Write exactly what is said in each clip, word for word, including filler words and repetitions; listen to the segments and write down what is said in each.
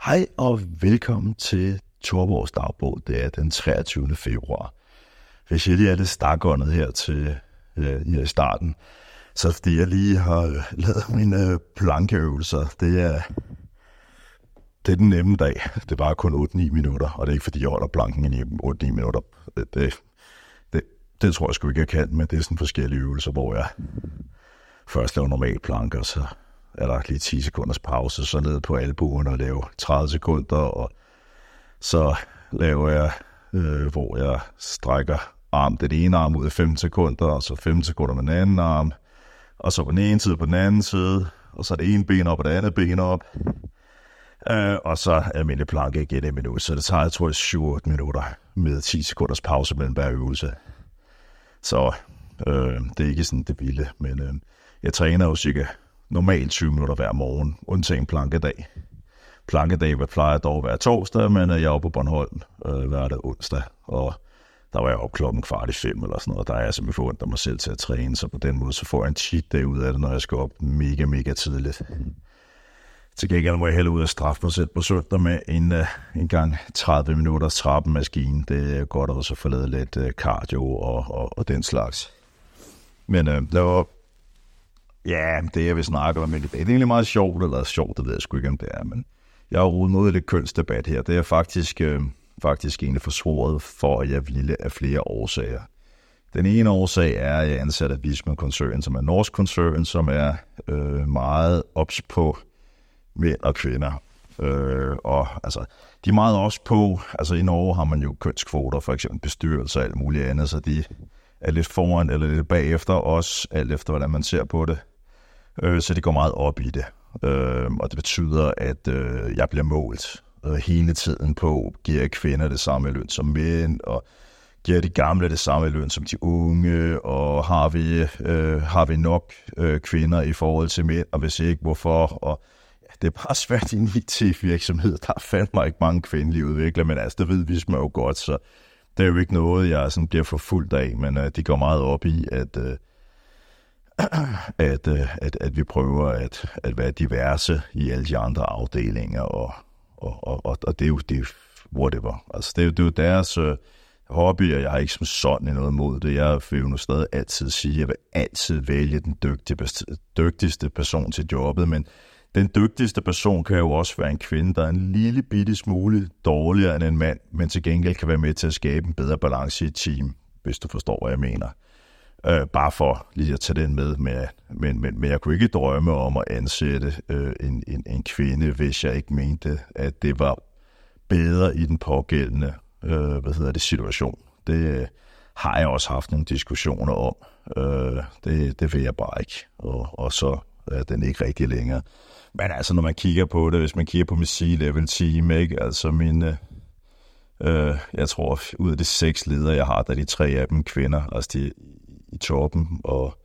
Hej og velkommen til Thorborgs dagbog. Det er den treogtyvende februar. Hvis jeg lige er lidt stakåndet her til øh, i starten, så fordi jeg lige har øh, lavet mine plankeøvelser. Det er, det er den nemme dag. Det er bare kun otte ni minutter, og det er ikke fordi jeg holder planken i otte ni minutter. Det, det, det, det tror jeg sgu ikke, jeg kan, men det er sådan forskellige øvelser, hvor jeg først laver normal planker, så er der lige ti sekunders pause, så ned på albuen og lave tredive sekunder, og så laver jeg, øh, hvor jeg strækker arm, det ene arm ud i femten sekunder, og så femten sekunder med den anden arm, og så på den ene side på den anden side, og så det ene ben op og det andet ben op, øh, og så almindelig planke igen i en minut, så det tager, jeg tror, syv otte minutter med ti sekunders pause mellem hver øvelse. Så øh, det er ikke sådan det vilde, men øh, jeg træner jo cirka normalt tyve minutter hver morgen, undtagen plankedag. Plankedag plejer dog hver torsdag, men jeg er oppe på Bornholm øh, hverdag onsdag, og der var jeg oppe klokken kvart i fem eller sådan noget, der er jeg simpelthen forundt mig selv til at træne, så på den måde så får jeg en cheat day ud af det, når jeg skal op mega, mega tidligt. Til gengæld må jeg hellere ud og straffe mig selv på søndag med en, uh, en gang tredive minutters trappemaskine. Det er godt også at få lavet lidt uh, cardio og, og, og den slags. Men uh, der var ja, det jeg vil snakke om, det er egentlig meget sjovt, eller sjovt, det ved jeg sgu ikke, om det er, men jeg har rodet noget i lidt kønsdebat her. Det er faktisk, øh, faktisk egentlig forsvoret for, at jeg ville af flere årsager. Den ene årsag er, at jeg ansat af Visma koncern, som er en norsk koncern, som er øh, meget ops på mænd og kvinder. Øh, og altså, de er meget ops på, altså i Norge har man jo kønskvoter, for eksempel bestyrelser og alt muligt andet, så de er lidt foran eller lidt bagefter os, alt efter hvordan man ser på det. Så det går meget op i det, og det betyder, at jeg bliver målt hele tiden på, giver jeg kvinder det samme løn som mænd, og giver de gamle det samme løn som de unge, og har vi, har vi nok kvinder i forhold til mænd, og hvis ikke, hvorfor? Og ja, det er bare svært i en I T-virksomhed, der fandme ikke mange kvindelige udviklere, men altså, det ved vi små jo godt, så det er jo ikke noget, jeg sådan bliver forfulgt af, men de går meget op i, at At, at, at vi prøver at, at være diverse i alle de andre afdelinger, og, og, og, og det er jo det, whatever. Altså, det, er jo, det er jo deres uh, hobby, og jeg har ikke som sådan noget mod det. Jeg vil jo nu stadig altid sige, at jeg vil altid vælge den dygtigste, dygtigste person til jobbet, men den dygtigste person kan jo også være en kvinde, der er en lille bitte smule dårligere end en mand, men til gengæld kan være med til at skabe en bedre balance i et team, hvis du forstår, hvad jeg mener. Uh, bare for lige at tage den med, med men, men, men jeg kunne ikke drømme om at ansætte uh, en, en, en kvinde, hvis jeg ikke mente, at det var bedre i den pågældende uh, hvad hedder det, situation. Det uh, har jeg også haft nogle diskussioner om. Uh, det, det vil jeg bare ikke, og, og så er den ikke rigtig længere. Men altså, når man kigger på det, hvis man kigger på mit C-level team, ikke? Altså mine, uh, jeg tror, ud af de seks ledere, jeg har, der er de tre af dem kvinder, altså de i toppen, og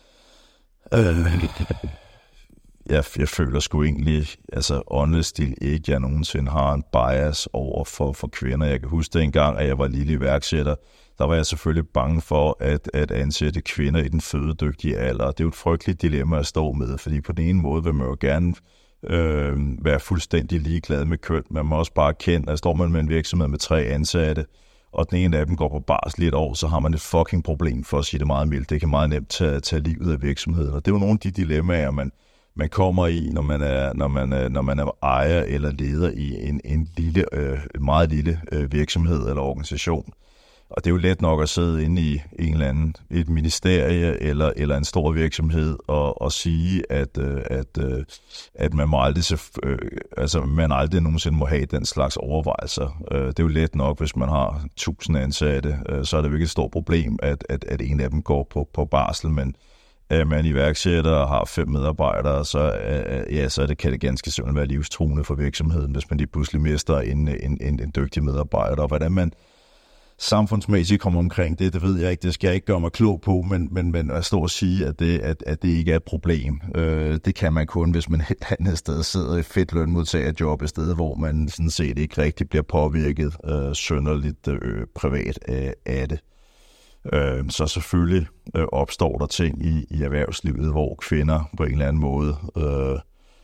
øh, jeg, jeg føler sgu egentlig, altså honestly ikke, jeg nogensinde har en bias over for, for kvinder. Jeg kan huske det engang, at jeg var lille iværksætter, der var jeg selvfølgelig bange for at, at ansætte kvinder i den fødedygtige alder. Det er jo et frygteligt dilemma at stå med, fordi på den ene måde vil man jo gerne øh, være fuldstændig ligeglad med køn. Man må også bare kende, at står man med en virksomhed med tre ansatte, og den ene af dem går på barsel i et år, så har man et fucking problem, for at sige det meget mildt. Det kan meget nemt tage, tage livet af virksomheden, og det er jo nogle af de dilemmaer, man, man kommer i, når man er, når man er, når man er ejer eller leder i en, en lille, øh, meget lille øh, virksomhed eller organisation. Og det er jo let nok at sidde inde i en eller anden, et ministerie eller, eller en stor virksomhed og, og sige, at, at, at man må aldrig, altså man aldrig nogensinde må have den slags overvejelser. Det er jo let nok, hvis man har tusind ansatte, så er det jo ikke et stort problem, at, at, at en af dem går på, på barsel, men er man iværksætter og har fem medarbejdere, så, ja, så det, kan det ganske simpelthen være livstruende for virksomheden, hvis man lige pludselig mister en, en, en, en dygtig medarbejder. Og hvordan man samfundsmæssigt kommer omkring det, det ved jeg ikke, det skal jeg ikke gøre mig klog på, men, men, men at stå og sige, at det, at, at det ikke er et problem, øh, det kan man kun, hvis man et andet sted sidder i fedt lønmodtagerjob, et sted, hvor man sådan set ikke rigtig bliver påvirket øh, synderligt øh, privat af, af det. Øh, så selvfølgelig øh, opstår der ting i, i erhvervslivet, hvor kvinder på en eller anden måde øh,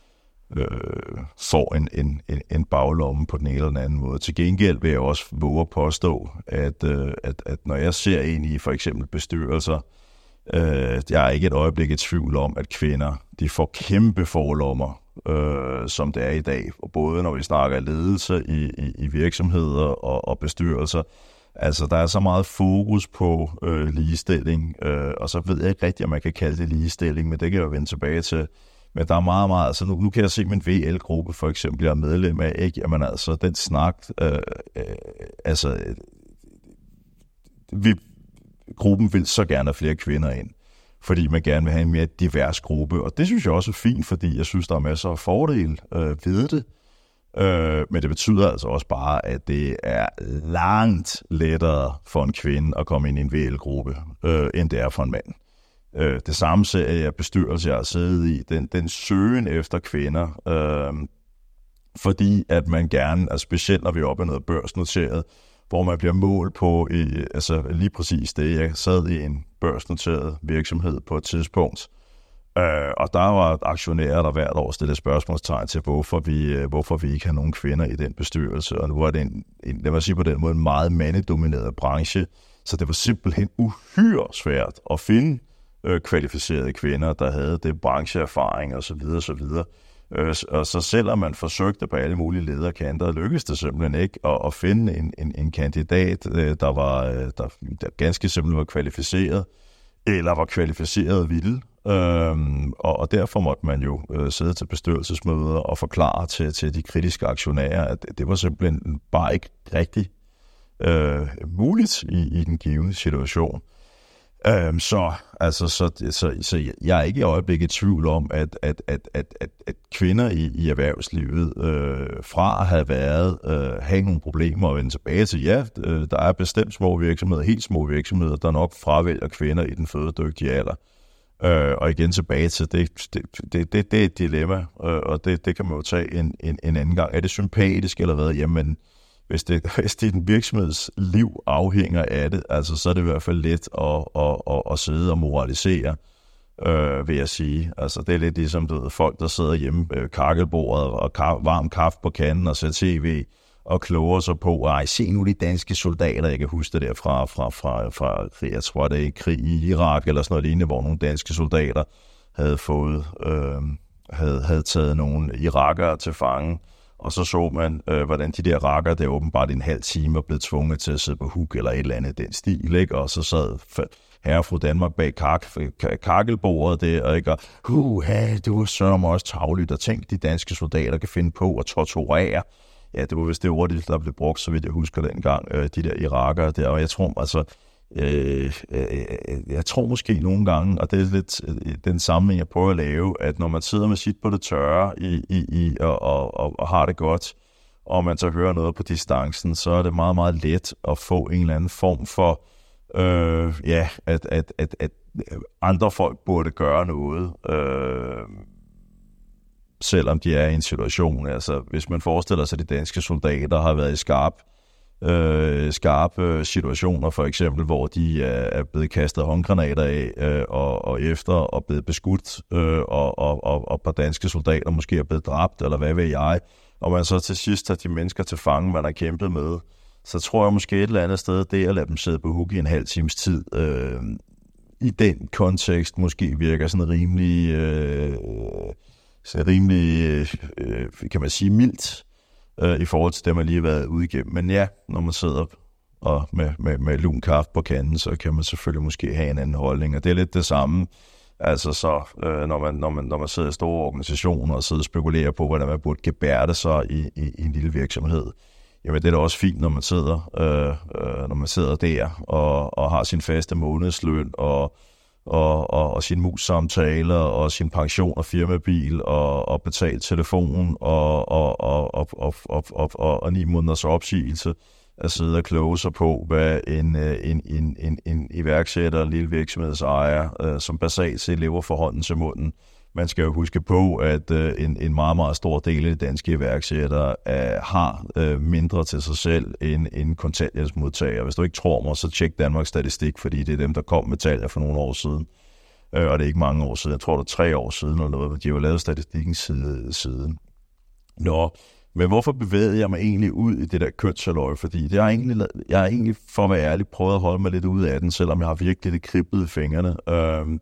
øh, får en, en, en, en baglomme på den ene eller den anden måde. Til gengæld vil jeg også våge at påstå, at, øh, at, at når jeg ser ind i for eksempel bestyrelser, øh, jeg er ikke et øjeblik i tvivl om, at kvinder de får kæmpe forlommer, øh, som det er i dag. Både når vi snakker ledelse i, i, i virksomheder og, og bestyrelser. Altså, der er så meget fokus på øh, ligestilling, øh, og så ved jeg ikke rigtigt, om man kan kalde det ligestilling, men det kan jeg jo vende tilbage til. Men der er meget, meget, altså nu, nu kan jeg se min V L-gruppe for eksempel, jeg er medlem af, ikke? Jamen altså, den snak, øh, øh, altså, vi, gruppen vil så gerne have flere kvinder ind, fordi man gerne vil have en mere divers gruppe, og det synes jeg også er fint, fordi jeg synes, der er masser af fordele øh, ved det. Øh, men det betyder altså også bare, at det er langt lettere for en kvinde at komme ind i en V L-gruppe, øh, end det er for en mand. Øh, det samme ser jeg bestyrelse, jeg har siddet i, den, den søgen efter kvinder, øh, fordi at man gerne, altså specielt når vi er oppe af noget børsnoteret, hvor man bliver målt på, i, altså lige præcis det, jeg sad i en børsnoteret virksomhed på et tidspunkt, Øh, og der var aktionærer, der hvert år stillede spørgsmålstegn til, hvorfor vi, hvorfor vi ikke har nogen kvinder i den bestyrelse. Og nu var det en, en lad mig sige på den måde, en meget mandedomineret branche, så det var simpelthen uhyre svært at finde øh, kvalificerede kvinder, der havde det brancheerfaring osv. osv. Øh, og så selvom man forsøgte på alle mulige lederkanter, lykkedes det simpelthen ikke at, at finde en, en, en kandidat, øh, der var der, der ganske simpelthen var kvalificeret, eller var kvalificeret vilde. Øhm, og, og derfor måtte man jo øh, sidde til bestyrelsesmøder og forklare til, til de kritiske aktionærer, at det var simpelthen bare ikke rigtig øh, muligt i, i den givne situation. Øhm, så, altså, så, så, så jeg er ikke i øjeblikket i tvivl om, at, at, at, at, at, at kvinder i, i erhvervslivet øh, fra at have været, øh, have nogle problemer og vende tilbage til, ja, øh, der er bestemt små virksomheder, helt små virksomheder, der nok fravælger kvinder i den fødedygtige alder. Øh, og igen tilbage til, det, det, det, det, det er et dilemma, øh, og det, det kan man jo tage en, en, en anden gang. Er det sympatisk eller hvad? Jamen, hvis det, hvis det er en virksomheds liv afhænger af det, altså, så er det i hvert fald let at, at, at, at sidde og moralisere, øh, vil jeg sige. Altså, det er lidt ligesom du ved, folk, der sidder hjemme ved kakkelbordet og ka- varm kaffe på kanden og ser tv og kloger sig på, ej, se nu de danske soldater, jeg kan huske det der fra, fra, fra, fra jeg tror det er krig i Irak eller sådan noget lignende, hvor nogle danske soldater havde fået, øh, havde, havde taget nogle irakere til fange, og så så man, øh, hvordan de der rakkere, der åbenbart en halv time er blevet tvunget til at sidde på huk eller et eller andet den stil, ikke? Og så sad herre og fru Danmark bag kak, kakkelbordet der, ikke? Og huha, det var sørme også tavligt, og tænk, de danske soldater kan finde på at torturere. Ja, det var vist det ord, der blev brugt, så vidt jeg husker dengang, øh, de der irakere der, og jeg tror, altså, øh, øh, jeg tror måske nogle gange, og det er lidt øh, den sammenhæng, jeg prøver at lave, at når man sidder med sit på det tørre i, i, i, og, og, og, og har det godt, og man så hører noget på distancen, så er det meget, meget let at få en eller anden form for, øh, ja, at, at, at, at andre folk burde gøre noget, øh, selvom de er i en situation. Altså, hvis man forestiller sig, at de danske soldater har været i skarp, øh, skarpe situationer, for eksempel, hvor de er blevet kastet håndgranater af øh, og, og efter og blevet beskudt, øh, og, og, og, og par danske soldater måske er blevet dræbt, eller hvad ved jeg, og man så til sidst tager de mennesker til fange, man har kæmpet med, så tror jeg måske et eller andet sted, det at lade dem sidde på huk i en halv times tid, øh, i den kontekst måske virker sådan rimelig... Øh, Så rimelig, øh, kan man sige, mildt øh, i forhold til det, man lige har været ude igennem. Men ja, når man sidder og med, med, med lun kaffe på kanden, så kan man selvfølgelig måske have en anden holdning. Og det er lidt det samme, altså så, øh, når, man, når, man, når man sidder i store organisationer og sidder og spekulerer på, hvordan man burde gebærde sig i, i, i en lille virksomhed. Jamen det er da også fint, når man sidder, øh, øh, når man sidder der og, og har sin faste månedsløn og Og, og, og sin mus-samtaler, og sin pension og firmabil, og, og betalt telefon, og, og, og, og, og, og, og, og, og ni måneders opsigelse, at sidde og kloge sig på, hvad en, en, en, en, en iværksætter, en lille virksomhedsejer, øh, som basalt set lever fra hånden til munden. Man skal jo huske på, at øh, en, en meget, meget stor del af de danske iværksættere øh, har øh, mindre til sig selv end en kontanthjælpsmodtager. Hvis du ikke tror mig, så tjek Danmarks Statistik, fordi det er dem, der kom med tallet for nogle år siden. øh, og det er ikke mange år siden, jeg tror det er tre år siden, eller noget, de har jo lavet statistikken side, siden. Nå, men hvorfor bevægede jeg mig egentlig ud i det der kønshalløj? Fordi det er egentlig, jeg har egentlig, for at være ærlig, prøvet at holde mig lidt ud af den, selvom jeg har virkelig det kriblet i fingrene. Øhm,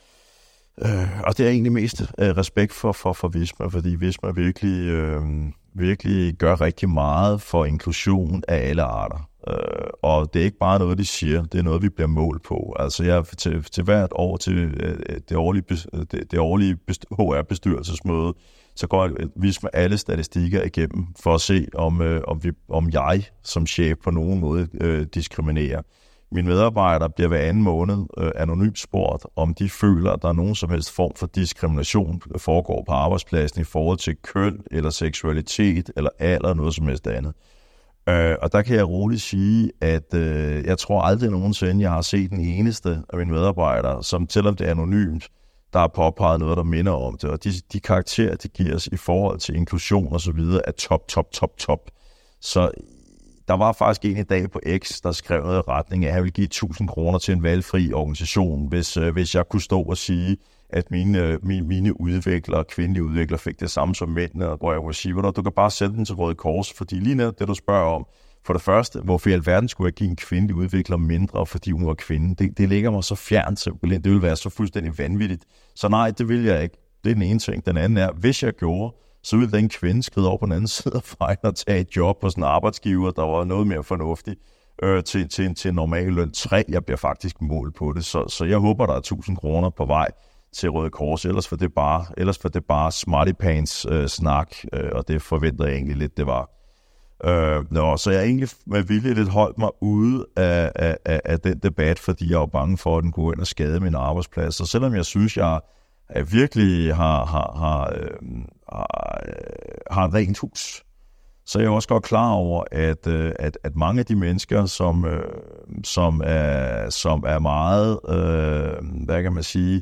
øh, og det er egentlig mest øh, respekt for, for, for Visma, fordi Visma virkelig, øh, virkelig gør rigtig meget for inklusion af alle arter. Øh, og det er ikke bare noget, de siger, det er noget, vi bliver målt på. Altså jeg til, til hvert år til øh, det årlige, det, det årlige H R-bestyrelsesmøde, så går jeg Visma alle statistikker igennem for at se, om, øh, om, vi, om jeg som chef på nogen måde øh, diskriminerer. Mine medarbejdere bliver hver anden måned øh, anonymt spurgt, om de føler, at der er nogen som helst form for diskrimination, der foregår på arbejdspladsen i forhold til køn eller seksualitet eller alder, noget som helst andet. Øh, og der kan jeg roligt sige, at øh, jeg tror aldrig nogensinde, jeg har set den eneste af mine medarbejdere, som selvom det er anonymt, der har påpeget noget, der minder om det. Og de, de karakterer, de giver os i forhold til inklusion og så videre, er top, top, top, top. Så der var faktisk en i dag på X, der skrev noget i retning af, at jeg ville give tusind kroner til en valgfri organisation, hvis, øh, hvis jeg kunne stå og sige, at mine, mine, mine udviklere, kvindelige udviklere, fik det samme som mændene, hvor jeg kunne sige, at du kan bare sende den til Røde Kors, fordi lige netop det, du spørger om, for det første, hvorfor i alverden skulle jeg give en kvindelig udvikler mindre, fordi hun var kvinde? Det, det ligger mig så fjernt simpelthen. Det ville være så fuldstændig vanvittigt. Så nej, det vil jeg ikke. Det er den ene ting. Den anden er, hvis jeg gjorde, så ville den kvinde skride over på den anden side af vejen og tage et job hos en arbejdsgiver, der var noget mere fornuftig øh, til, til, til en normal løn. Tre, jeg bliver faktisk mål på det. Så, så jeg håber, der er tusind kroner på vej til Røde Kors. Ellers for det bare, ellers for det bare smarty pants øh, snak, øh, og det forventer jeg egentlig lidt, det var. Øh, nå, så jeg egentlig med vilje lidt holdt mig ude af, af, af, af den debat, fordi jeg var bange for, at den kunne ind og skade min arbejdsplads. Og selvom jeg synes, jeg, jeg virkelig har, har, har, øh, har, har et rent hus, så er jeg også godt klar over, at, øh, at, at mange af de mennesker, som, øh, som, er, som er meget, øh, hvad kan man sige,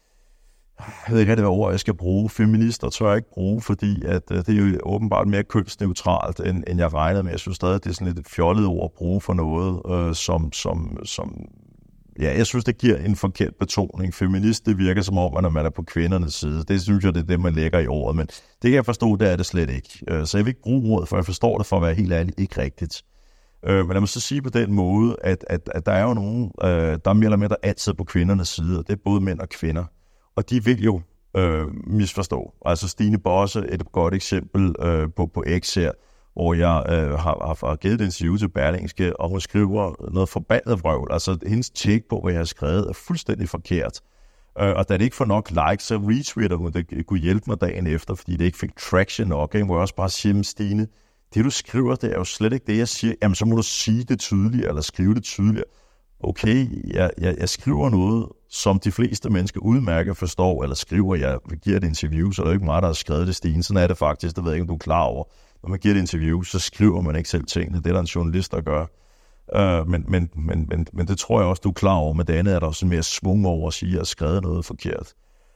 jeg ved ikke, hvad det er ord, jeg skal bruge. Feminister tør jeg ikke bruge, fordi at, uh, det er jo åbenbart mere kønsneutralt, end, end jeg regnede med. Jeg synes stadig, det er sådan lidt et fjollet ord at bruge for noget, uh, som, som, som... Ja, jeg synes, det giver en forkert betoning. Feminist, det virker som om, at man er på kvindernes side. Det synes jeg, det er det, man lægger i ordet. Men det kan jeg forstå, det er det slet ikke. Uh, så jeg vil ikke bruge ordet, for jeg forstår det for at være helt ærlig ikke rigtigt. Uh, men lad mig så sige på den måde, at, at, at der er jo nogen, uh, der er mere eller mindre altid på kvindernes side, og det er både mænd og kvinder. Og de vil jo øh, misforstå. Altså Stine Bosse, et godt eksempel øh, på, på X her, hvor jeg øh, har, har givet et interview til Berlingske, og hun skriver noget forbandet vrøvl. Altså hendes take på, hvad jeg har skrevet, er fuldstændig forkert. Øh, og da det ikke får nok likes, så retweeter hun, det kunne hjælpe mig dagen efter, fordi det ikke fik traction nok. Hvor jeg også bare siger, Stine, det du skriver, det er jo slet ikke det, jeg siger. Jamen så må du sige det tydeligere, eller skrive det tydeligere. Okay, jeg, jeg, jeg skriver noget, som de fleste mennesker udmærket forstår, eller skriver, jeg giver et interview, så er det ikke mig, der har skrevet det, Stine. Sådan er det faktisk, det ved jeg ikke, om du er klar over. Når man giver et interview, så skriver man ikke selv tingene. Det er der en journalist, der gør. Uh, men, men, men, men, men det tror jeg også, du er klar over. Med det andet er der også mere svung over at sige, at jeg har skrevet noget forkert.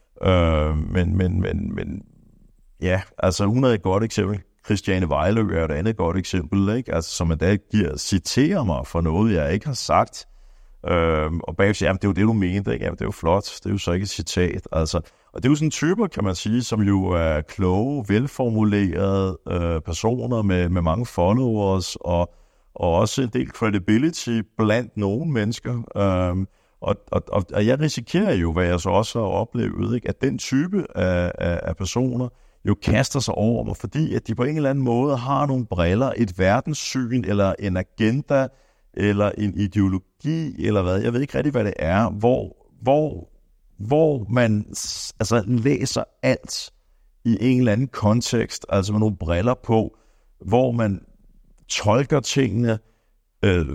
Uh, men, men, men, men ja, altså hun er et godt eksempel. Christiane Vejlø er et andet godt eksempel, ikke? Altså, som man da giver, citerer mig for noget, jeg ikke har sagt. Øhm, og bagefter siger, jamen det er jo det, du mente, ikke? Jamen det er jo flot, det er jo så ikke et citat, altså. Og det er jo sådan typer, kan man sige, som jo er kloge, velformulerede øh, personer med, med mange followers, og, og også en del credibility blandt nogle mennesker. Øhm, og, og, og, og jeg risikerer jo, hvad jeg så også har oplevet, ikke? At den type af, af, af personer jo kaster sig over mig, fordi at de på en eller anden måde har nogle briller, et verdenssyn eller en agenda, eller en ideologi, eller hvad, jeg ved ikke rigtig, hvad det er, hvor, hvor, hvor man altså, læser alt i en eller anden kontekst, altså med nogle briller på, hvor man tolker tingene øh,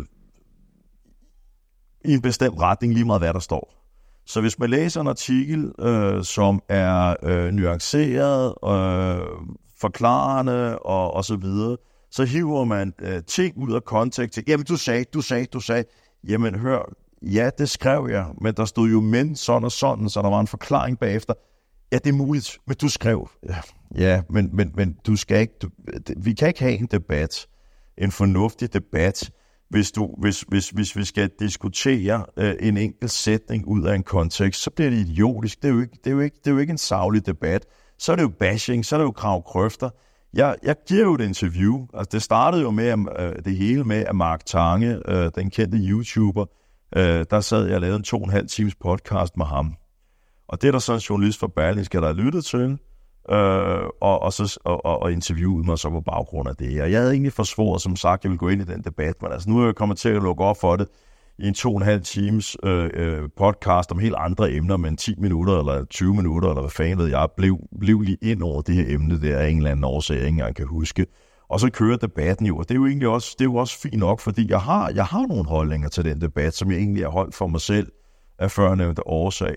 i en bestemt retning, lige meget hvad der står. Så hvis man læser en artikel, øh, som er øh, nuanceret, øh, forklarende og, og så videre, så hiver man øh, ting ud af kontekst. Jamen, du sagde, du sagde, du sagde. Jamen, hør, ja, det skrev jeg, men der stod jo men sådan og sådan, så der var en forklaring bagefter. Ja, det er muligt, men du skrev. Ja, ja men, men, men du skal ikke... Du, vi kan ikke have en debat, en fornuftig debat, hvis, du, hvis, hvis, hvis vi skal diskutere øh, en enkelt sætning ud af en kontekst, så bliver det idiotisk. Det er jo ikke, det er jo ikke, det er jo ikke en saglig debat. Så er det jo bashing, så er det jo kravkrøfter. Jeg, jeg giver jo et interview. Altså, det startede jo med øh, det hele med, at Mark Tange, øh, den kendte YouTuber, øh, der sad jeg og lavede en to og en halv times podcast med ham. Og det er der så en journalist fra Berlingske, der har lyttet til, øh, og, og, så, og, og interviewede mig så på baggrund af det. Og jeg havde egentlig forsvoret, som sagt, jeg ville gå ind i den debat, men altså, nu er jeg kommet til at lukke op for det i en to og en halv times øh, podcast om helt andre emner, men ti minutter eller tyve minutter, eller hvad fanden ved jeg, blev, blev lige ind over det her emne der af en eller anden årsag, jeg ikke engang kan huske. Og så kører debatten jo, og det er jo egentlig også, det er jo også fint nok, fordi jeg har, jeg har nogle holdninger til den debat, som jeg egentlig har holdt for mig selv af førnævnte årsag.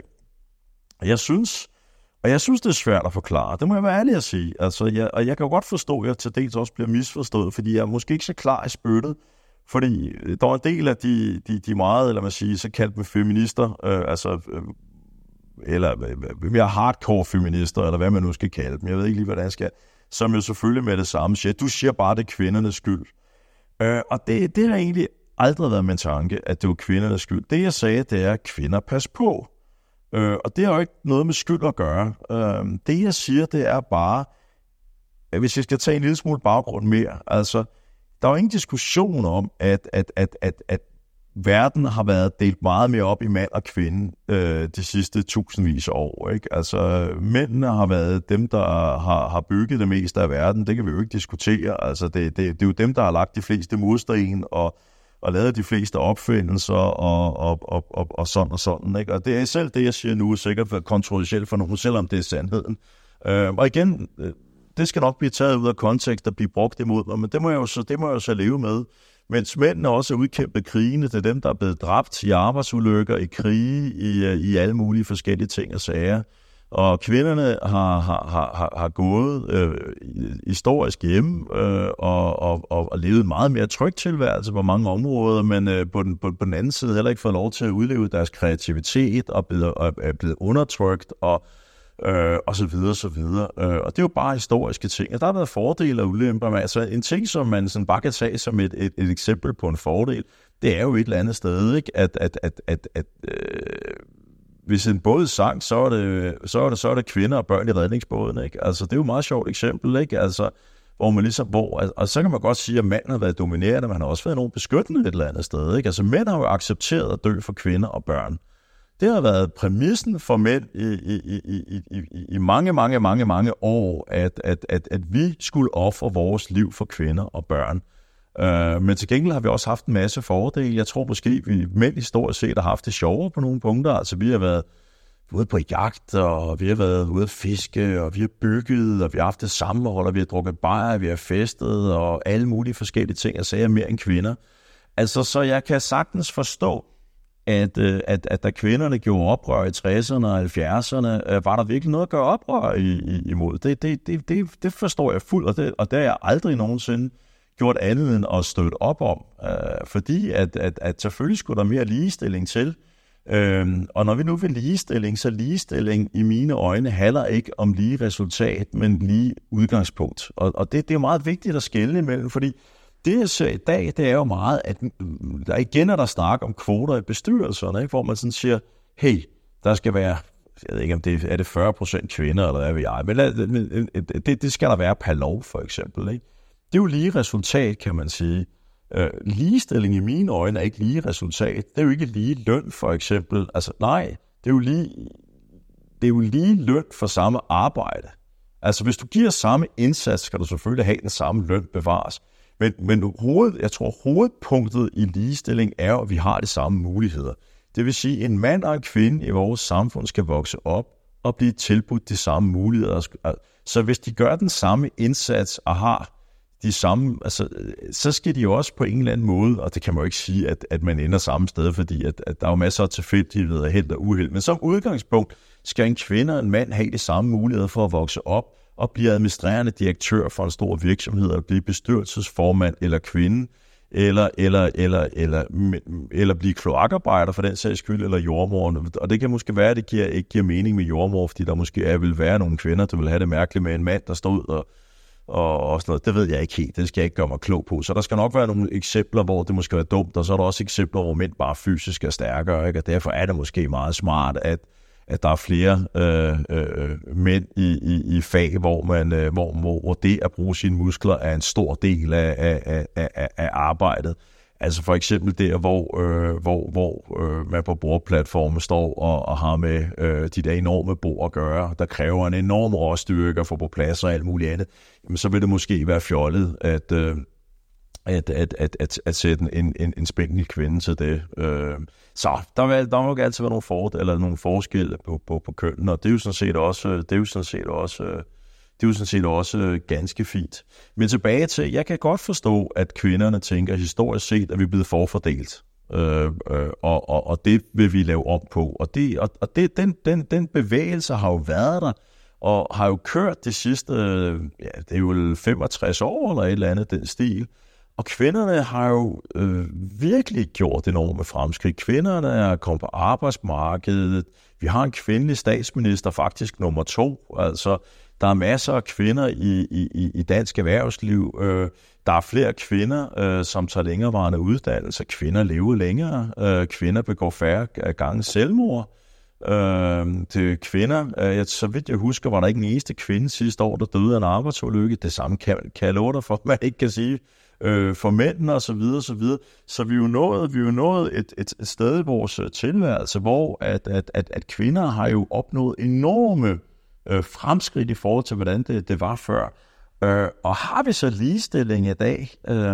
Jeg synes, og jeg synes, det er svært at forklare. Det må jeg være ærlig at sige. Altså, jeg, og jeg kan jo godt forstå, at jeg til dels også bliver misforstået, fordi jeg er måske ikke så klar i spyttet. Fordi der er en del af de, de, de meget, eller man siger, så kaldt med feminister, øh, altså, øh, eller øh, mere hardcore feminister, eller hvad man nu skal kalde dem. Jeg ved ikke lige, hvordan jeg skal. Som jo selvfølgelig med det samme siger, du siger bare, det er kvindernes skyld. Øh, og det, det har egentlig aldrig været min tanke, at det var kvindernes skyld. Det jeg sagde, det er, kvinder pas på. Øh, og det har jo ikke noget med skyld at gøre. Øh, det jeg siger, det er bare, at hvis jeg skal tage en lille smule baggrund mere, altså, der er jo ingen diskussion om, at, at, at, at, at verden har været delt meget mere op i mand og kvinde øh, de sidste tusindvis af år. Ikke? Altså, mændene har været dem, der har, har bygget det meste af verden. Det kan vi jo ikke diskutere. Altså, det, det, det er jo dem, der har lagt de fleste mursten og, og lavet de fleste opfindelser og, og, og, og, og sådan og sådan. Ikke? Og det er selv det, jeg siger nu, er sikkert kontroversielt for nogen, selvom det er sandheden. Øh, og igen, det skal nok blive taget ud af kontekst og blive brugt imod mig, men det må jeg jo så, det må jeg jo så leve med. Mens mændene også er udkæmpet krigene, det er dem, der er blevet dræbt i arbejdsulykker, i krige, i, i alle mulige forskellige ting og sager. Og kvinderne har, har, har, har gået øh, historisk hjemme øh, og, og, og levet en meget mere tryg tilværelse på mange områder, men øh, på, den, på, på den anden side heller ikke fået lov til at udleve deres kreativitet og blevet, og er blevet undertrykt og Øh, og så videre, så videre. Øh, og det er jo bare historiske ting. Og der har været fordele og ulemper. Men altså en ting, som man sådan bare kan tage som et, et, et eksempel på en fordel, det er jo et eller andet sted, ikke? At, at, at, at, at øh, hvis en båd sank, så er det, så er det, så er det kvinder og børn i redningsbåden, ikke? Altså det er jo et meget sjovt eksempel, ikke? Altså, hvor man ligesom, hvor, og så kan man godt sige, at manden har været dominerende, men han har også været nogen beskyttende et eller andet sted, ikke? Altså mænd har jo accepteret at dø for kvinder og børn. Det har været præmissen for mænd i, i, i, i, i, i mange, mange, mange, mange år, at, at, at, at vi skulle ofre vores liv for kvinder og børn. Uh, men til gengæld har vi også haft en masse fordele. Jeg tror måske, at vi mænd historisk set har haft det sjovere på nogle punkter. Altså vi har været ude på jagt, og vi har været ude at fiske, og vi har bygget, og vi har haft det sammenhold, og vi har drukket bajer, vi har festet, og alle mulige forskellige ting, og sager mere end kvinder. Altså, så jeg kan sagtens forstå, At, at, at da kvinderne gjorde oprør i tresserne og halvfjerdserne, var der virkelig noget at gøre oprør i, i, imod. Det, det, det, det, det forstår jeg fuldt, og det, og det har jeg aldrig nogensinde gjort andet end at støtte op om. Øh, fordi at, at, at selvfølgelig skulle der mere ligestilling til. Øh, og når vi nu vil ligestilling, så ligestilling i mine øjne handler ikke om lige resultat, men lige udgangspunkt. Og, og det, det er meget vigtigt at skelne imellem, fordi det, jeg ser i dag, det er jo meget, at der igen er der snak om kvoter i bestyrelserne, ikke? Hvor man sådan siger, hey, der skal være, jeg ved ikke, om det er det fyrre procent kvinder, eller hvad ved jeg, men det, det skal der være per lov, for eksempel, ikke? Det er jo lige resultat, kan man sige. Øh, ligestilling i mine øjne er ikke lige resultat. Det er jo ikke lige løn, for eksempel. Altså, nej, det er jo lige, det er jo lige løn for samme arbejde. Altså, hvis du giver samme indsats, skal du selvfølgelig have den samme løn bevares. Men, men hoved, jeg tror, hovedpunktet i ligestilling er, at vi har de samme muligheder. Det vil sige, at en mand og en kvinde i vores samfund skal vokse op og blive tilbudt de samme muligheder. Så hvis de gør den samme indsats og har de samme, altså, så skal de jo også på en eller anden måde, og det kan man jo ikke sige, at, at man ender samme sted, fordi at, at der er jo masser af tilfældigheder, held og uheld. Men som udgangspunkt skal en kvinde og en mand have de samme muligheder for at vokse op og blive administrerende direktør for en stor virksomhed, og blive bestyrelsesformand eller kvinde, eller, eller, eller, eller, eller blive kloakarbejder for den sags skyld, eller jordmor. Og det kan måske være, at det giver, ikke giver mening med jordmor, fordi der måske er, vil være nogle kvinder, der vil have det mærkeligt med en mand, der står ud og, og, og sådan noget. Det ved jeg ikke helt. Det skal jeg ikke gøre mig klog på. Så der skal nok være nogle eksempler, hvor det måske er dumt, og så er der også eksempler, hvor mænd bare fysisk er stærkere, ikke? Og derfor er det måske meget smart, at, at der er flere øh, øh, mænd i, i, i fag, hvor, man, øh, hvor, hvor det at bruge sine muskler er en stor del af, af, af, af, af arbejdet. Altså for eksempel der, hvor, øh, hvor, hvor øh, man på bordplatformen står og, og har med øh, de der enorme bord at gøre, der kræver en enorm råstyrke at få på plads og alt muligt andet, jamen, så vil det måske være fjollet at, øh, at, at, at, at, at sætte en, en, en spændende kvinde til det. Øh, så der vil, der må jo altid være nogle, for, eller nogle forskelle på, på, på kønnen, og det er jo sådan set også... Det er jo sådan set også øh, Det er jo sådan set også ganske fint. Men tilbage til, jeg kan godt forstå, at kvinderne tænker historisk set, at vi er blevet forfordelt. Øh, øh, og, og, og det vil vi lave om på. Og, det, og, og det, den, den, den bevægelse har jo været der, og har jo kørt de sidste, ja, det er jo femogtres år eller et eller andet den stil. Og kvinderne har jo øh, virkelig gjort enorme fremskridt. Kvinderne er kommet på arbejdsmarkedet. Vi har en kvindelig statsminister, faktisk nummer to. Altså, der er masser af kvinder i, i, i dansk erhvervsliv. Øh, der er flere kvinder, øh, som tager længerevarende uddannelser. Kvinder lever længere. Øh, kvinder begår færre gange selvmord. Øh, til kvinder, øh, så vidt jeg husker, var der ikke en eneste kvinde sidste år, der døde af en arbejdsulykke. Det samme kan, kan jeg love dig for, man ikke kan sige øh, for mændene og så videre, så videre. Så vi er jo nået, vi er jo nået et, et, et sted i vores tilværelse, hvor at, at, at, at kvinder har jo opnået enorme øh, fremskridt i forhold til, hvordan det, det var før. Øh, og har vi så ligestilling i dag? Øh,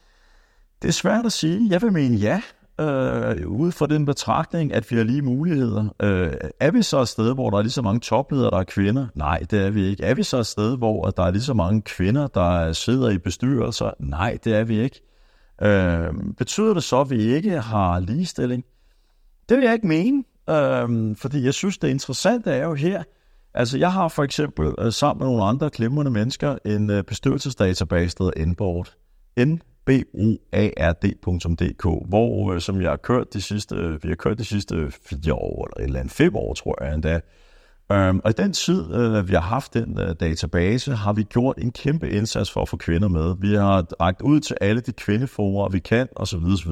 det er svært at sige. Jeg vil mene ja. Øh, ud fra den betragtning, at vi har lige muligheder. Øh, er vi så et sted, hvor der er lige så mange topledere, der er kvinder? Nej, det er vi ikke. Er vi så et sted, hvor der er lige så mange kvinder, der sidder i bestyrelser? Nej, det er vi ikke. Øh, betyder det så, at vi ikke har ligestilling? Det vil jeg ikke mene, øh, fordi jeg synes, det interessante er jo her. Altså, jeg har for eksempel øh, sammen med nogle andre glimrende mennesker en øh, bestyrelsesdatabase, der hedder Nboard. N B O A R D punktum D K, hvor, som jeg har kørt de sidste, vi har kørt de sidste fire år, eller et eller andet fem år, tror jeg endda. Um, og i den tid, uh, vi har haft den uh, database, har vi gjort en kæmpe indsats for at få kvinder med. Vi har rakt ud til alle de kvindeforer, vi kan, osv. osv.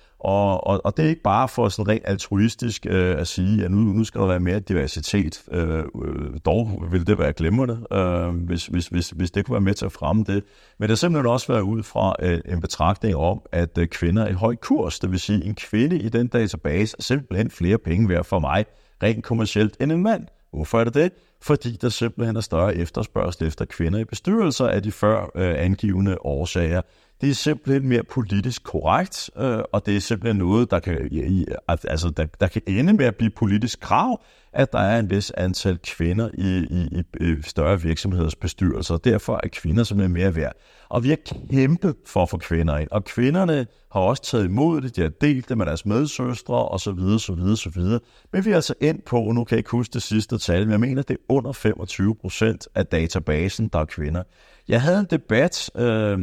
Og, og, og det er ikke bare for sådan rent altruistisk øh, at sige, at nu, nu skal der være mere diversitet. Øh, øh, dog vil det være glimrende, øh, hvis, hvis, hvis, hvis det kunne være med til at fremme det. Men det har simpelthen også været ud fra øh, en betragtning om, at øh, kvinder er i høj kurs. Det vil sige, en kvinde i den database er simpelthen flere penge værd for mig, rent kommercielt, end en mand. Hvorfor er det det? Fordi der simpelthen er større efterspørgsel efter kvinder i bestyrelser af de før øh, angivne årsager. Det er simpelthen mere politisk korrekt, øh, og det er simpelthen noget, der kan, altså, der, der kan ende med at blive politisk krav, at der er en vis antal kvinder i, i, i større virksomheders bestyrelser. Derfor er kvinder simpelthen mere værd. Og vi har kæmpet for at få kvinder ind. Og kvinderne har også taget imod det, de har delt det med deres medsøstre osv. osv. osv. Men vi er altså endt på, nu kan jeg ikke huske det sidste tal, men jeg mener, det er under femogtyve procent af databasen, der er kvinder. Jeg havde en debat øh,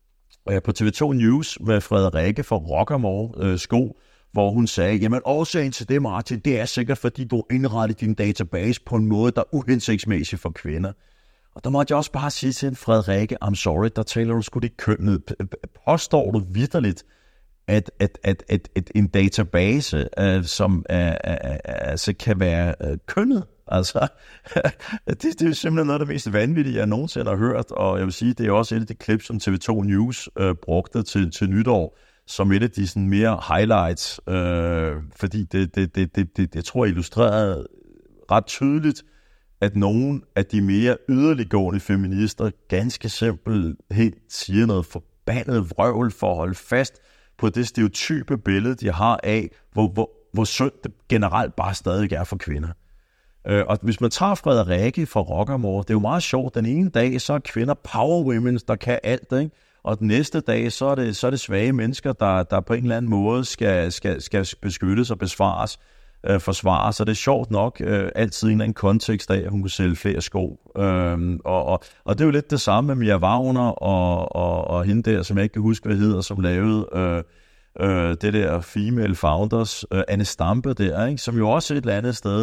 på T V to News med Frederikke fra Rockamore øh, Sko, hvor hun sagde, jamen årsagen til det, Martin, det er sikkert, fordi du indretter din database på en måde, der er uhensigtsmæssig for kvinder. Og der måtte jeg også bare sige til en Frederikke, I'm sorry, der taler du sgu det køn ned. Påstår du vitterligt, at, at, at, at, at en database, uh, som uh, uh, altså kan være uh, kønnet? Altså, det, det er simpelthen noget af det mest vanvittige, jeg nogensinde har hørt, og jeg vil sige, det er også et af de klip, som T V to News uh, brugte til, til nytår, som et af de sådan mere highlights, øh, fordi det, det, det, det, det, jeg tror, illustrerer ret tydeligt, at nogle af de mere yderliggående feminister ganske simpelt helt siger noget forbandet vrøvl for at holde fast på det stereotype billede, de har af, hvor, hvor, hvor synd det generelt bare stadig er for kvinder. Øh, og hvis man tager Frederikke fra Rockamore, det er jo meget sjovt, den ene dag, så er kvinder power women, der kan alt, ikke? Og den næste dag, så er det, så er det svage mennesker, der, der på en eller anden måde skal, skal, skal beskyttes og besvares, øh, forsvares. Så det er sjovt nok øh, altid i en eller anden kontekst af, at hun kunne sælge flere sko. Øhm, og, og, og det er jo lidt det samme med Mia Wagner og, og, og hende der, som jeg ikke kan huske, hvad hedder, som lavede øh, øh, det der Female Founders, øh, Anne Stampe der, ikke? Som jo også et eller andet sted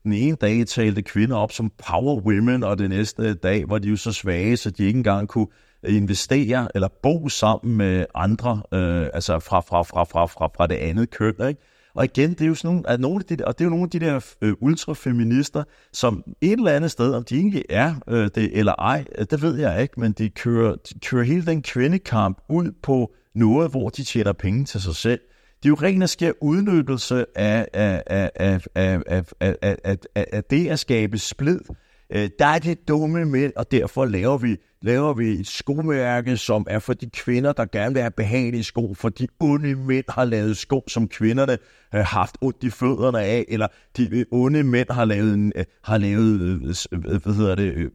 den ene dag talte kvinder op som power women, og den næste dag var de jo så svage, så de ikke engang kunne investere eller bo sammen med andre, øh, altså fra, fra, fra, fra, fra, fra det andet køn, ikke? Og igen, det er jo sådan nogle, at nogle af de, og det er jo nogle af de der øh, ultrafeminister, som et eller andet sted, om de egentlig er øh, det eller ej, det ved jeg ikke, men de kører, de kører hele den kvindekamp ud på noget, hvor de tjener penge til sig selv. Det er jo ren og skær udnyttelse af, af, af, af, af, af, af, af, af, af det at skabe splid. Der er det dumme mænd, og derfor laver vi, laver vi et skomærke, som er for de kvinder, der gerne vil have behagelige sko, for de onde mænd har lavet sko, som kvinderne har haft ondt i fødderne af, eller de onde mænd har lavet, har lavet hvad hedder det,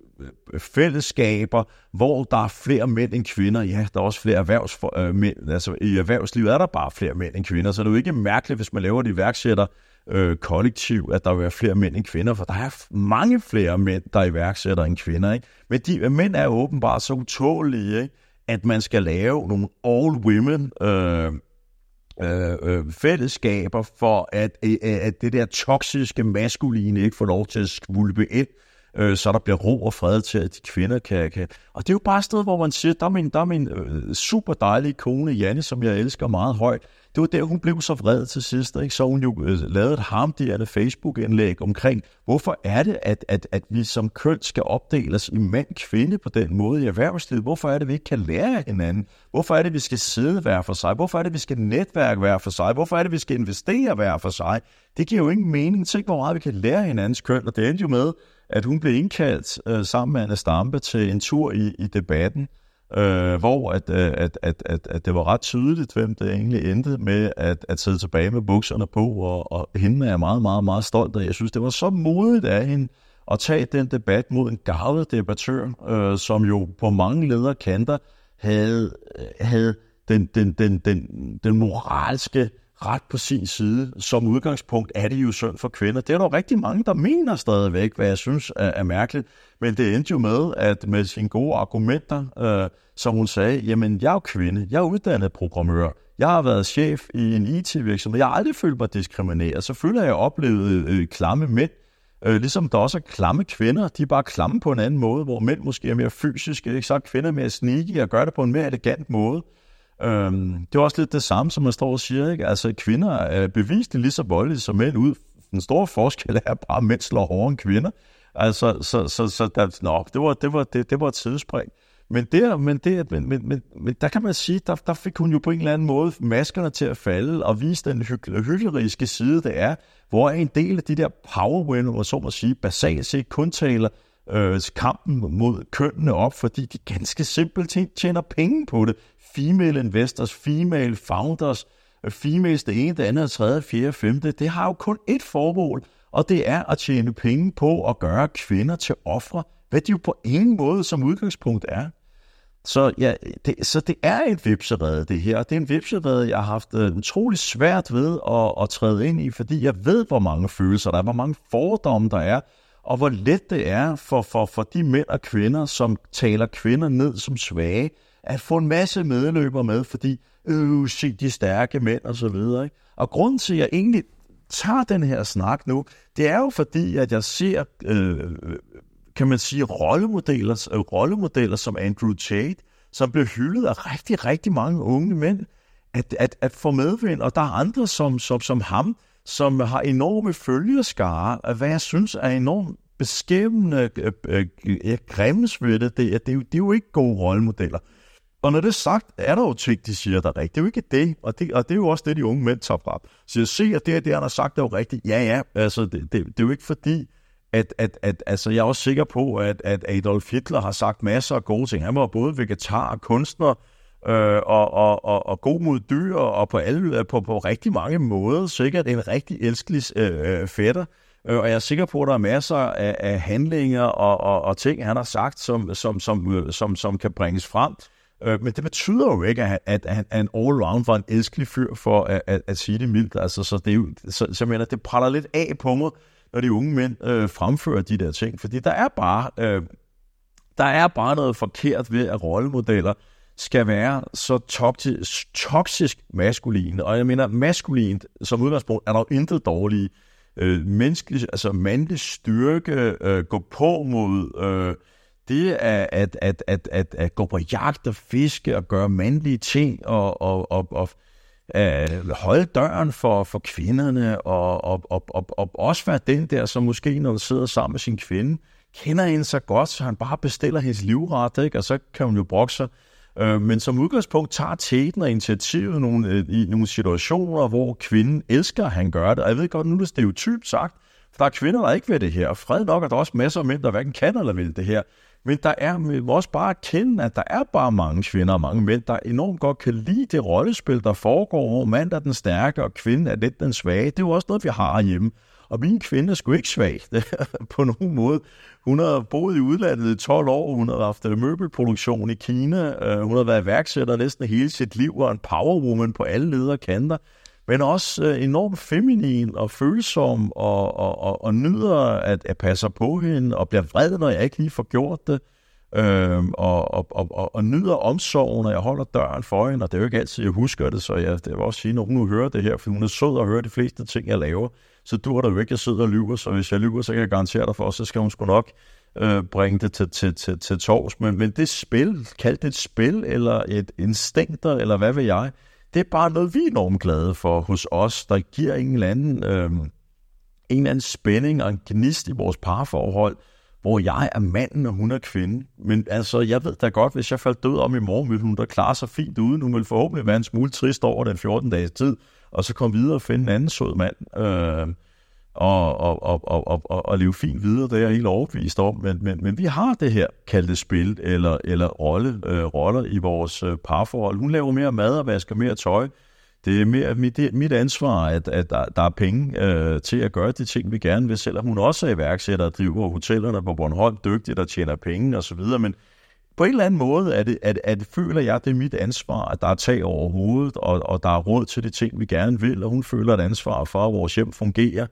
fællesskaber, hvor der er flere mænd end kvinder. Ja, der er også flere erhvervsmænd. Altså i erhvervslivet er der bare flere mænd end kvinder, så det er jo ikke mærkeligt, hvis man laver et iværksætter øh, kollektiv, at der vil være flere mænd end kvinder, for der er mange flere mænd, der er iværksætter end kvinder, ikke? Men de mænd er åbenbart så utålige, ikke? At man skal lave nogle all-women øh, øh, øh, fællesskaber, for at, øh, at det der toksiske maskuline ikke får lov til at skvulpe ind, så der bliver ro og fred til, at de kvinder kan... kan. Og det er jo bare et sted, hvor man siger, der er min, der er min øh, super dejlige kone, Janne, som jeg elsker meget højt. Det var der, hun blev så vred til sidst, ikke? Så hun jo øh, lavede et harmdirrende Facebook-indlæg omkring, hvorfor er det, at, at, at vi som køn skal opdeles i mand-kvinde på den måde i erhvervslivet? Hvorfor er det, vi ikke kan lære af hinanden? Hvorfor er det, vi skal sidde hver for sig? Hvorfor er det, vi skal netværke hver for sig? Hvorfor er det, vi skal investere hver for sig? Det giver jo ingen mening. Tænk, hvor meget vi kan lære hinandens køn, og det endte jo med, at hun blev indkaldt øh, sammen med Anna Stampe til en tur i, i debatten, øh, hvor at, at, at, at, at det var ret tydeligt, hvem det egentlig endte med at, at sidde tilbage med bukserne på, og, og hende er jeg meget, meget, meget stolt af. Jeg synes, det var så modigt af hende at tage den debat mod en garvet debattør, øh, som jo på mange lederkanter havde, havde den, den, den, den, den moralske ret på sin side. Som udgangspunkt er det jo synd for kvinder. Det er der rigtig mange, der mener stadigvæk, hvad jeg synes er, er mærkeligt. Men det endte jo med, at med sine gode argumenter, øh, som hun sagde, jamen jeg er jo kvinde, jeg er uddannet programmør, jeg har været chef i en I T-virksomhed, jeg har aldrig følt mig diskrimineret. Selvfølgelig har jeg oplevet øh, klamme mænd, øh, ligesom der også er klamme kvinder. De er bare klamme på en anden måde, hvor mænd måske er mere fysiske, ikke? Så er kvinder mere sneaky og gør det på en mere elegant måde. Øhm, det er også lidt det samme, som man står og siger, ikke? Altså, kvinder er bevist lige så voldelige som mænd ud. Den store forskel er bare, at mænd slår hårdere end kvinder. Altså, så, så, så der, nå, det var, det var, det, det var et sidespring. Men, der, men, der, men, men, men der kan man sige, der, der fik hun jo på en eller anden måde maskerne til at falde og vise den hykleriske side, det er, hvor en del af de der powerwomen, så må sige, basalt set kun taler øh, kampen mod kønnene op, fordi de ganske simpelt tjener penge på det. Female investors, female founders, females det ene, det andet, det tredje, fjerde, femte, det har jo kun ét formål, og det er at tjene penge på at gøre kvinder til ofre, hvad de jo på ingen måde som udgangspunkt er. Så, ja, det, så det er et vipserede, det her, og det er en vipserede, jeg har haft uh, utrolig svært ved at, at træde ind i, fordi jeg ved, hvor mange følelser der er, hvor mange fordomme der er, og hvor let det er for, for, for de mænd og kvinder, som taler kvinder ned som svage, at få en masse medløbere med, fordi øh, se de stærke mænd og så videre. Ikke? Og grunden til, at jeg egentlig tager den her snak nu, det er jo fordi, at jeg ser, øh, kan man sige, rollemodeller, øh, rollemodeller som Andrew Tate, som bliver hyldet af rigtig, rigtig mange unge mænd, at, at, at få medvind, og der er andre som, som, som ham, som har enorme følgerskare, hvad jeg synes er enormt beskæmmende, øh, øh, græmmes ved det, det, det, er jo, det er jo ikke gode rollemodeller. Og når det er sagt, er der jo ting, de siger, der er rigtigt. Det er jo ikke det, og det, og det er jo også det, de unge mænd tager frem. Så jeg ser, at det, det han har sagt, er jo rigtigt. Ja, ja, altså det, det, det er jo ikke fordi, at, at, at altså, jeg er også sikker på, at, at Adolf Hitler har sagt masser af gode ting. Han var både vegetar og kunstner, øh, og, og, og, og god mod dyr, og på, alle, på, på rigtig mange måder sikkert en rigtig elskelig øh, fætter. Og jeg er sikker på, at der er masser af, af handlinger og, og, og ting, han har sagt, som, som, som, som, som kan bringes frem. Men det betyder jo ikke, at, at, at han er en all-round var en elskelig fyr, for at, at, at sige det mildt. Altså, så, det er jo, så, så jeg mener, det praller lidt af på mig, når de unge mænd øh, fremfører de der ting. Fordi der er bare øh, der er bare noget forkert ved, at rollemodeller skal være så toksisk, toksisk maskuline. Og jeg mener, maskulint som udgangspunkt er der jo intet dårlige. øh, menneskelig, altså mandlig styrke, øh, gå på mod, øh, det er at, at, at, at, at gå på jagt og fiske og gøre mandlige ting og, og, og, og øh, holde døren for, for kvinderne og, og, og, og, og også være den der, som måske når du sidder sammen med sin kvinde, kender hende så godt, så han bare bestiller hendes livret, ikke? Og så kan hun jo brokke sig. Øh, men som udgangspunkt tager teten og initiativet nogle, øh, i nogle situationer, hvor kvinden elsker, at han gør det. Og jeg ved godt, nu er det stereotypt sagt, for der er kvinder, der ikke vil det her. Og fred nok er der også masser af mænd, der hverken kan eller vil det her. Men der er, vi må også bare erkende, at der er bare mange kvinder og mange mænd, der enormt godt kan lide det rollespil, der foregår, hvor mand er den stærke, og kvinden er lidt den svage. Det er jo også noget, vi har hjemme. Og min kvinde er sgu ikke svag på nogen måde. Hun har boet i udlandet i tolv år, hun har haft møbelproduktion i Kina, hun har været iværksætter næsten hele sit liv, og en powerwoman på alle leder kanter, men også enormt feminin og følsom, og, og, og, og nyder at, at passe på hende, og bliver vred, når jeg ikke lige får gjort det, øhm, og, og, og, og nyder omsorgen, når jeg holder døren for hende, og det er jo ikke altid, jeg husker det, så jeg, det vil også sige, når hun nu hører det her, for hun er sød og hører de fleste ting, jeg laver, så dur der jo ikke, jeg sidder og lyver, så hvis jeg lyver, så kan jeg garantere dig for, så skal hun sgu nok øh, bringe det til, til, til, til tors. Men, men det spil, kald det et spil, eller et instinkter, eller hvad ved jeg, det er bare noget, vi er enormt glade for hos os, der giver en eller anden, øh, en eller anden spænding og en gnist i vores parforhold, hvor jeg er manden, og hun er kvinde. Men altså, jeg ved da godt, hvis jeg faldt død om i morgen, ville hun da klare sig fint uden. Hun ville forhåbentlig være en smule trist over den fjorten dages tid, og så komme videre og finde en anden sød mand, øh, og, og, og, og, og, og leve fint videre, det er jeg helt overbevist om. Men, men, men vi har det her kaldte spil, eller, eller rolle, øh, roller i vores øh, parforhold. Hun laver mere mad og vasker mere tøj. Det er mere mit, det er mit ansvar, at, at der, der er penge øh, til at gøre de ting, vi gerne vil, selvom hun også er iværksætter og driver hotellerne på Bornholm, dygtig, der tjener penge osv., men på en eller anden måde er det, at, at føler jeg, det er mit ansvar, at der er tag over hovedet, og, og der er råd til de ting, vi gerne vil, og hun føler et ansvar for, at vores hjem fungerer.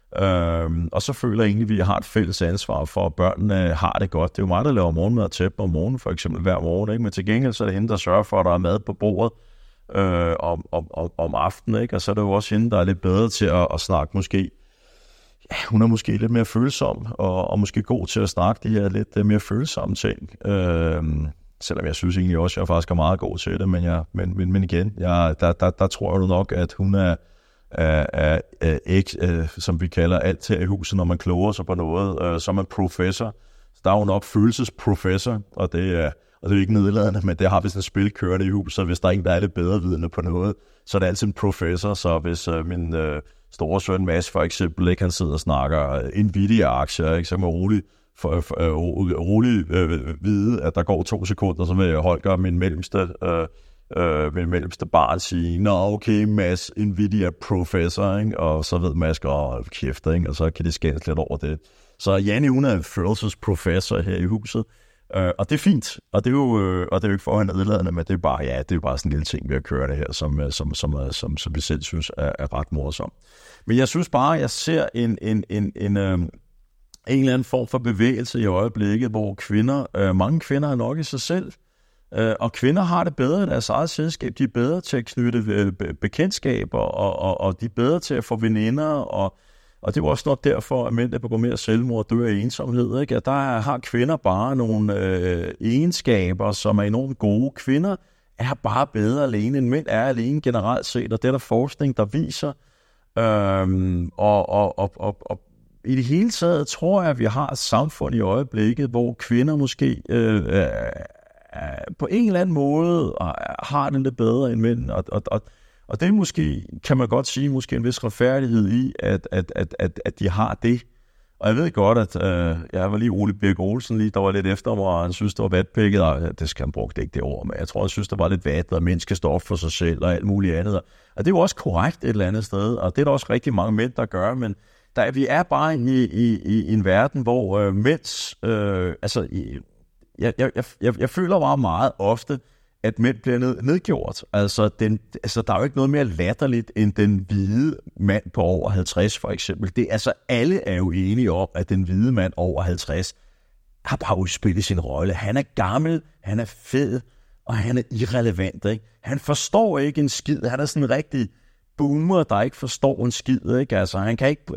Øhm, og så føler jeg egentlig, at vi har et fælles ansvar for, at børnene har det godt. Det er jo mig, der laver morgenmad og tæppe om morgenen, for eksempel hver morgen, ikke? Men til gengæld så er det hende, der sørger for, at der er mad på bordet øh, om, om, om, om aftenen, ikke? Og så er det jo også hende, der er lidt bedre til at, at snakke måske. Ja, hun er måske lidt mere følsom, og, og måske god til at snakke de her lidt mere følsomme ting. Øhm, selvom jeg synes egentlig også, at jeg faktisk er meget god til det, men, jeg, men, men, men igen, jeg, der, der, der tror jeg nok, at hun er, er, er, er ikke, er, som vi kalder alt her i huset, når man kloger sig på noget, øh, som en professor. Så der er hun nok følelsesprofessor, og det er, og det er ikke nedladende, men det har vi sådan et spil kørende i huset, så hvis der er en, der er lidt bedre vidende på noget, så er det altid en professor. Så hvis øh, min øh, store søn Mads for eksempel, ikke, han sidder og snakker Nvidia-aktier, ikke, så kan man roligt, for, for, øh, roligt øh, vide, at der går to sekunder, så vil Holger, min mellemste, øh, øh, min mellemste barn, sige, nå okay Mads, Nvidia-professor, ikke? Og så ved Mads, åh kæft, ikke? Og så kan det skændes lidt over det. Så Janne, hun er en følelsesprofessor her i huset. Uh, og det er fint, og det er jo, uh, og det er jo ikke for hende nedladende, men det er bare, ja, det er jo bare sådan en lille ting, vi har kørt det her, som, som, som, som, som vi selv synes er, er ret morsom. Men jeg synes bare, jeg ser en, en, en, en, um, en eller anden form for bevægelse i øjeblikket, hvor kvinder, uh, mange kvinder er nok i sig selv, uh, og kvinder har det bedre i deres eget selskab, de er bedre til at knytte uh, bekendtskaber, og, og, og de er bedre til at få veninder, og Og det er også nok derfor, at mænd, der begår mere selvmord, dør af ensomhed. Ikke? At der har kvinder bare nogle øh, egenskaber, som er enormt gode. Kvinder er bare bedre alene, end mænd er alene generelt set, og det er der forskning, der viser. Øhm, og, og, og, og, og i det hele taget tror jeg, at vi har et samfund i øjeblikket, hvor kvinder måske øh, øh, på en eller anden måde har det lidt bedre end mænd, og, og, og Og det er måske, kan man godt sige, måske en vis retfærdighed i, at, at, at, at, at de har det. Og jeg ved godt, at øh, jeg var lige Ole Birk Olsen lige, der var lidt efter mig, og han synes, det var vatpækket, og det skal han bruge det ikke det ord, men jeg tror, han synes, der var lidt vat, og mennesker står op for sig selv, og alt muligt andet. Og det er jo også korrekt et eller andet sted, og det er der også rigtig mange mænd, der gør, men der, vi er bare i, i, i en verden, hvor øh, mænds, øh, altså, jeg, jeg, jeg, jeg føler bare meget ofte, at mænd bliver ned, nedgjort. Altså, den, altså, der er jo ikke noget mere latterligt end den hvide mand på over halvtreds, for eksempel. Det, altså, alle er jo enige om, at den hvide mand over halvtreds har bare udspillet sin rolle. Han er gammel, han er fed, og han er irrelevant, ikke? Han forstår ikke en skid. Han er sådan en rigtig boomer, der ikke forstår en skid, ikke? Altså, han kan ikke... Uh,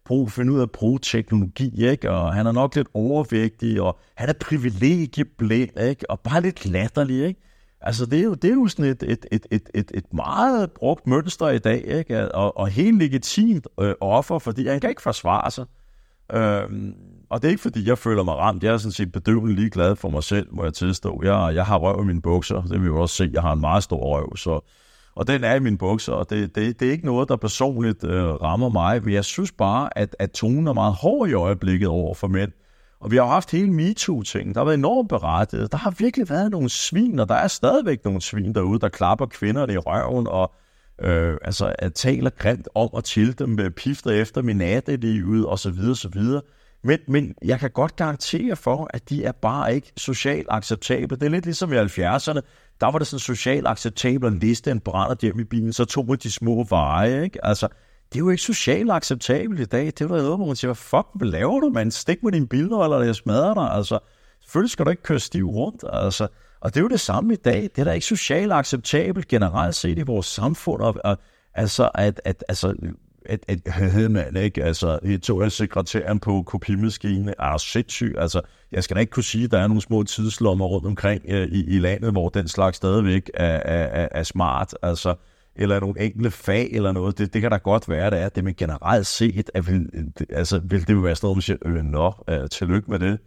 bruge, finde ud af at bruge teknologi, ikke? Og han er nok lidt overvægtig, og han er privilegieblind, ikke? Og bare lidt latterlig, ikke? Altså, det er jo, det er jo sådan et, et, et, et, et, et meget brugt mønster i dag, ikke? Og, og helt legitimt øh, offer, fordi han kan ikke forsvare sig. Øhm, og det er ikke, fordi jeg føler mig ramt. Jeg er sådan set bedøvende ligeglad for mig selv, må jeg tilstå. Jeg, jeg har røv i mine bukser, det vil jeg også se. Jeg har en meget stor røv, så... Og den er i mine bukser, og det, det, det er ikke noget, der personligt øh, rammer mig. Men jeg synes bare, at, at tonen er meget hård i øjeblikket over for mænd. Og vi har haft hele MeToo-ting, der har været enormt berettet. Der har virkelig været nogle svin, og der er stadigvæk nogle svin derude, der klapper kvinderne i røven, og øh, altså, at taler grimt om og til dem, pifter efter min nattelivet, og så videre, så videre. Men, men jeg kan godt garantere for, at de er bare ikke socialt acceptable. Det er lidt ligesom i halvfjerdserne. Der var det sådan socialt acceptabelt at liste en brænder hjem i bilen, så tog man de små veje, ikke? Altså, det er jo ikke socialt acceptabelt i dag. Det er jo noget, hvor man siger, hvad fuck, hvad laver du, man? Stik med dine billeder, eller jeg smadrer dig. Altså, selvfølgelig skal du ikke køre stiv rundt. Altså, og det er jo det samme i dag. Det er da ikke socialt acceptabelt generelt set i vores samfund. Og, og, altså, at, at, altså, at, at, at man, ikke? Altså, jeg tog jeg sekretæren på kopimaskine. Er sindssygt. Altså, jeg skal da ikke kunne sige, at der er nogle små tidslommer rundt omkring øh, i, i landet, hvor den slags stadigvæk er, er, er smart. Altså, eller nogle enkelte fag eller noget. Det, det kan da godt være, det er det, men generelt set, at vil, altså, vil det jo være sådan noget, man siger, øh, nå, øh, tillykke med det.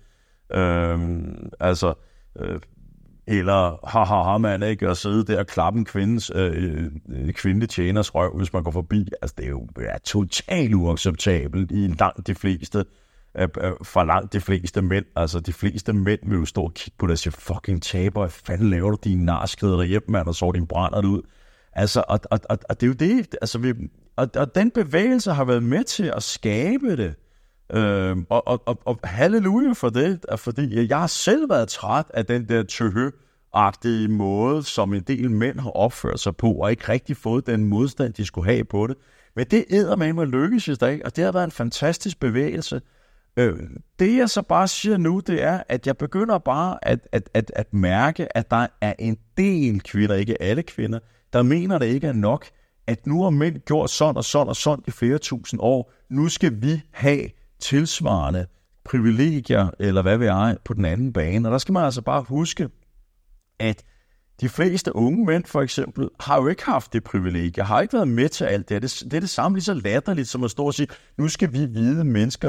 Øhm, altså, øh, eller har ha, ha, man ikke at sidde der og klappe en kvindes, øh, kvindelig tjeners røv, hvis man går forbi. Altså, det er jo ja, totalt uacceptabelt i langt de fleste, øh, for langt de fleste mænd. Altså, de fleste mænd vil jo stå og kigge på det og sige, fucking taber, hvad fanden laver du dine narskrider hjem, mand, og så din brænder ud. Altså, og, og, og, og det er jo det, altså, vi, og, og den bevægelse har været med til at skabe det. Øhm, og, og, og, og halleluja for det, fordi jeg har selv været træt af den der tøhø-agtige måde, som en del mænd har opført sig på, og ikke rigtig fået den modstand, de skulle have på det. Men det eddermame lykkes i dag, og det har været en fantastisk bevægelse. Øh, det jeg så bare siger nu, det er, at jeg begynder bare at, at, at, at mærke, at der er en del kvinder, ikke alle kvinder, der mener, det ikke er nok, at nu har mænd gjort sådan og sådan og sådan i flere tusind år. Nu skal vi have tilsvarende privilegier, eller hvad vi er, på den anden bane. Og der skal man altså bare huske, at de fleste unge mænd, for eksempel, har jo ikke haft det privilegie, har ikke været med til alt det. Det er det samme lige så latterligt, som at stå og sige, nu skal vi hvide mennesker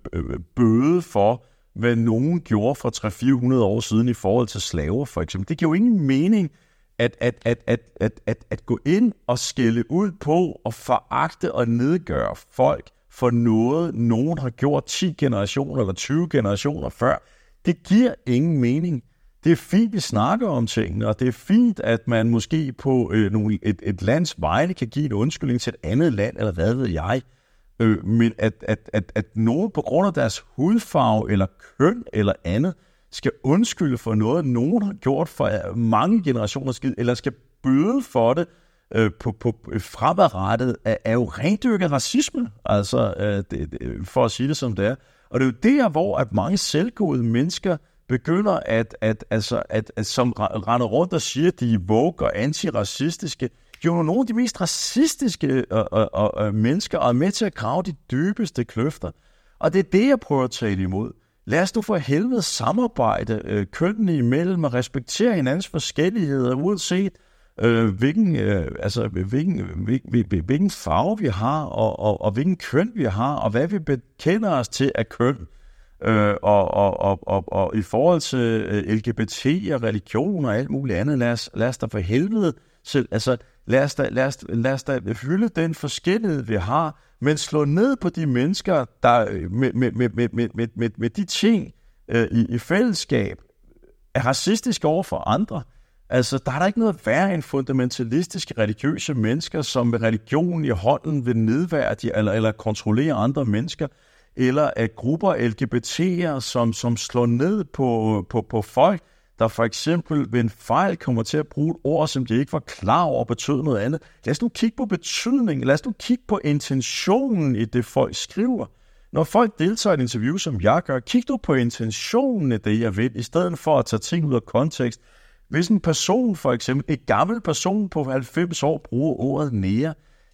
bøde for, hvad nogen gjorde for tre til fire hundrede år siden i forhold til slaver, for eksempel. Det giver jo ingen mening, At, at, at, at, at, at, at gå ind og skælde ud på og foragte og nedgøre folk for noget, nogen har gjort ti generationer eller tyve generationer før, det giver ingen mening. Det er fint, vi snakker om tingene, og det er fint, at man måske på øh, nogle, et, et lands vegne kan give en undskyldning til et andet land, eller hvad ved jeg. Øh, men at, at, at, at nogen på grund af deres hudfarve eller køn eller andet, skal undskylde for noget, nogen har gjort for mange generationer skidt, eller skal bøde for det øh, på, på fremadrettet, er, er jo rendyrket racisme, altså øh, det, det, for at sige det som det er. Og det er jo der, hvor at mange selvgode mennesker begynder at, at, altså, at, at som render rundt og siger, at de er woke og antiracistiske. Jo, nogle af de mest racistiske øh, øh, øh, mennesker er med til at grave de dybeste kløfter. Og det er det, jeg prøver at tale imod. Lad os nu for helvede samarbejde øh, kønnene imellem og respektere hinandens forskelligheder, uanset øh, hvilken, øh, altså, hvilken, hvilken, hvilken farve vi har, og, og, og hvilken køn vi har, og hvad vi bekender os til af køn. Øh, og, og, og, og, og i forhold til øh, L G B T og religion og alt muligt andet, lad os, lad os da for helvede selv, altså, lad os da, lad os, lad os da hylde den forskellighed, vi har, men slå ned på de mennesker, der med, med, med, med, med, med, med de ting øh, i, i fællesskab er racistiske over for andre. Altså, der er der ikke noget værre end fundamentalistiske religiøse mennesker, som med religion i hånden vil nedværdige eller, eller kontrollere andre mennesker, eller at grupper L G B T'er, som, som slår ned på, på, på folk, der for eksempel ved en fejl kommer til at bruge et ord, som de ikke var klar over betød noget andet. Lad os nu kigge på betydningen. Lad os nu kigge på intentionen i det, folk skriver. Når folk deltager i et interview, som jeg gør, kig nu på intentionen i det, jeg vil, i stedet for at tage ting ud af kontekst. Hvis en person, for eksempel en gammel person på halvfems år, bruger ordet nære,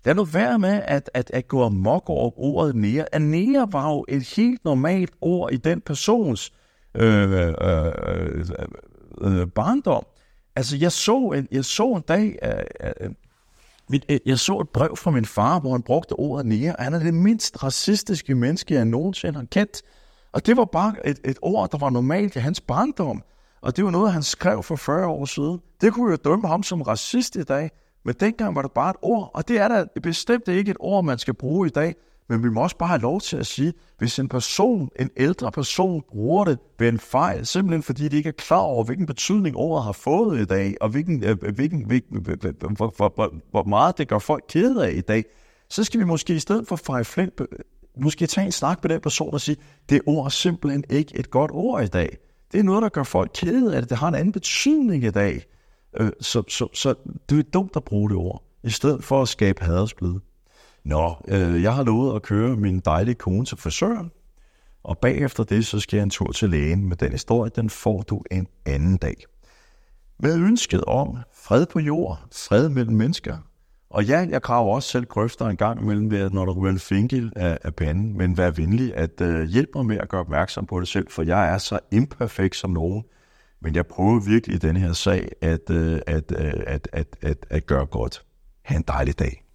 Lad nu være med at, at, at gå amok over ordet nære. At nære var jo et helt normalt ord i den persons øh, øh, øh, øh, barndom. Altså, jeg så en, jeg så en dag, øh, øh, jeg så et brev fra min far, hvor han brugte ordet nære. Han er det mindst racistiske menneske, jeg nogensinde har kendt. Og det var bare et, et ord, der var normalt i hans barndom. Og det var noget, han skrev for fyrre år siden. Det kunne jo dømme ham som racist i dag. Men dengang var det bare et ord. Og det er da bestemt ikke et ord, man skal bruge i dag. Men vi må også bare have lov til at sige, hvis en person, en ældre person, bruger det ved en fejl, simpelthen fordi de ikke er klar over, hvilken betydning ordet har fået i dag, og hvilken, øh, hvilken, hvilken, hvor, hvor, hvor, hvor meget det gør folk kede af i dag, så skal vi måske i stedet for feje flint, måske tage en snak med den person og sige, det ord er simpelthen ikke et godt ord i dag. Det er noget, der gør folk kede af det. Det har en anden betydning i dag. Så, så, så det er dumt at bruge det ord, i stedet for at skabe hadersblid. Nå, øh, jeg har lovet at køre min dejlige kone til frisøren, og bagefter det, så skal jeg en tur til lægen. Men den historie, den får du en anden dag. Med ønsket om fred på jord, fred mellem mennesker. Og ja, jeg graver også selv grøfter en gang imellem, når der ryger en finkel af, af panden, men vær venlig at øh, hjælpe mig med at gøre opmærksom på det selv, for jeg er så imperfekt som nogen. Men jeg prøver virkelig i denne her sag at, øh, at, øh, at, at, at, at gøre godt. Ha' en dejlig dag.